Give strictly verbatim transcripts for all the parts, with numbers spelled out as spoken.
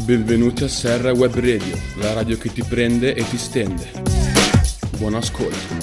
Benvenuti a Serra Web Radio, la radio che ti prende e ti stende. Buon ascolto.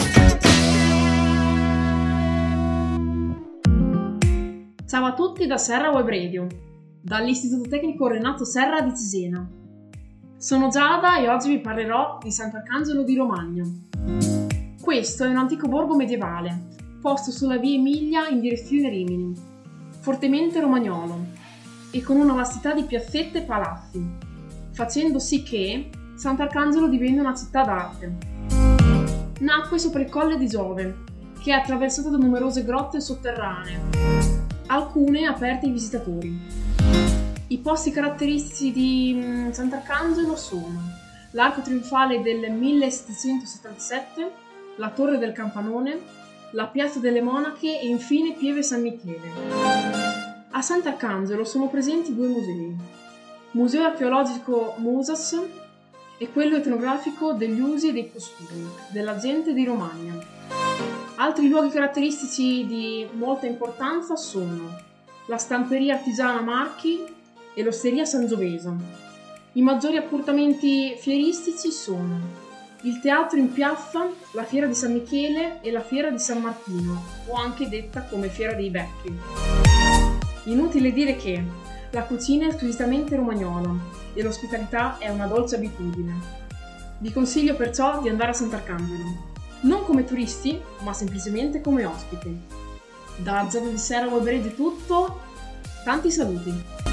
Ciao a tutti da Serra Web Radio, dall'Istituto Tecnico Renato Serra di Cesena. Sono Giada e oggi vi parlerò di Sant'Arcangelo di Romagna. Questo è un antico borgo medievale, posto sulla via Emilia in direzione Rimini, fortemente romagnolo e con una vastità di piazzette e palazzi, facendo sì che Sant'Arcangelo divenne una città d'arte. Nacque sopra il Colle di Giove, che è attraversato da numerose grotte sotterranee, alcune aperte ai visitatori. I posti caratteristici di Sant'Arcangelo sono l'Arco Trionfale del millesettecentosettantasette, la Torre del Campanone, la Piazza delle Monache e infine Pieve San Michele. A Sant'Arcangelo sono presenti due musei, Museo archeologico Musas e quello etnografico degli usi e dei costumi della gente di Romagna. Altri luoghi caratteristici di molta importanza sono la stamperia artigiana Marchi e l'osteria Sangiovese. I maggiori appuntamenti fieristici sono il teatro in piazza, la fiera di San Michele e la fiera di San Martino, o anche detta come fiera dei Becchi. Inutile dire che la cucina è squisitamente romagnola e l'ospitalità è una dolce abitudine. Vi consiglio perciò di andare a Sant'Arcangelo, non come turisti, ma semplicemente come ospiti. Da Giada di Serra Web Radio è tutto, tanti saluti!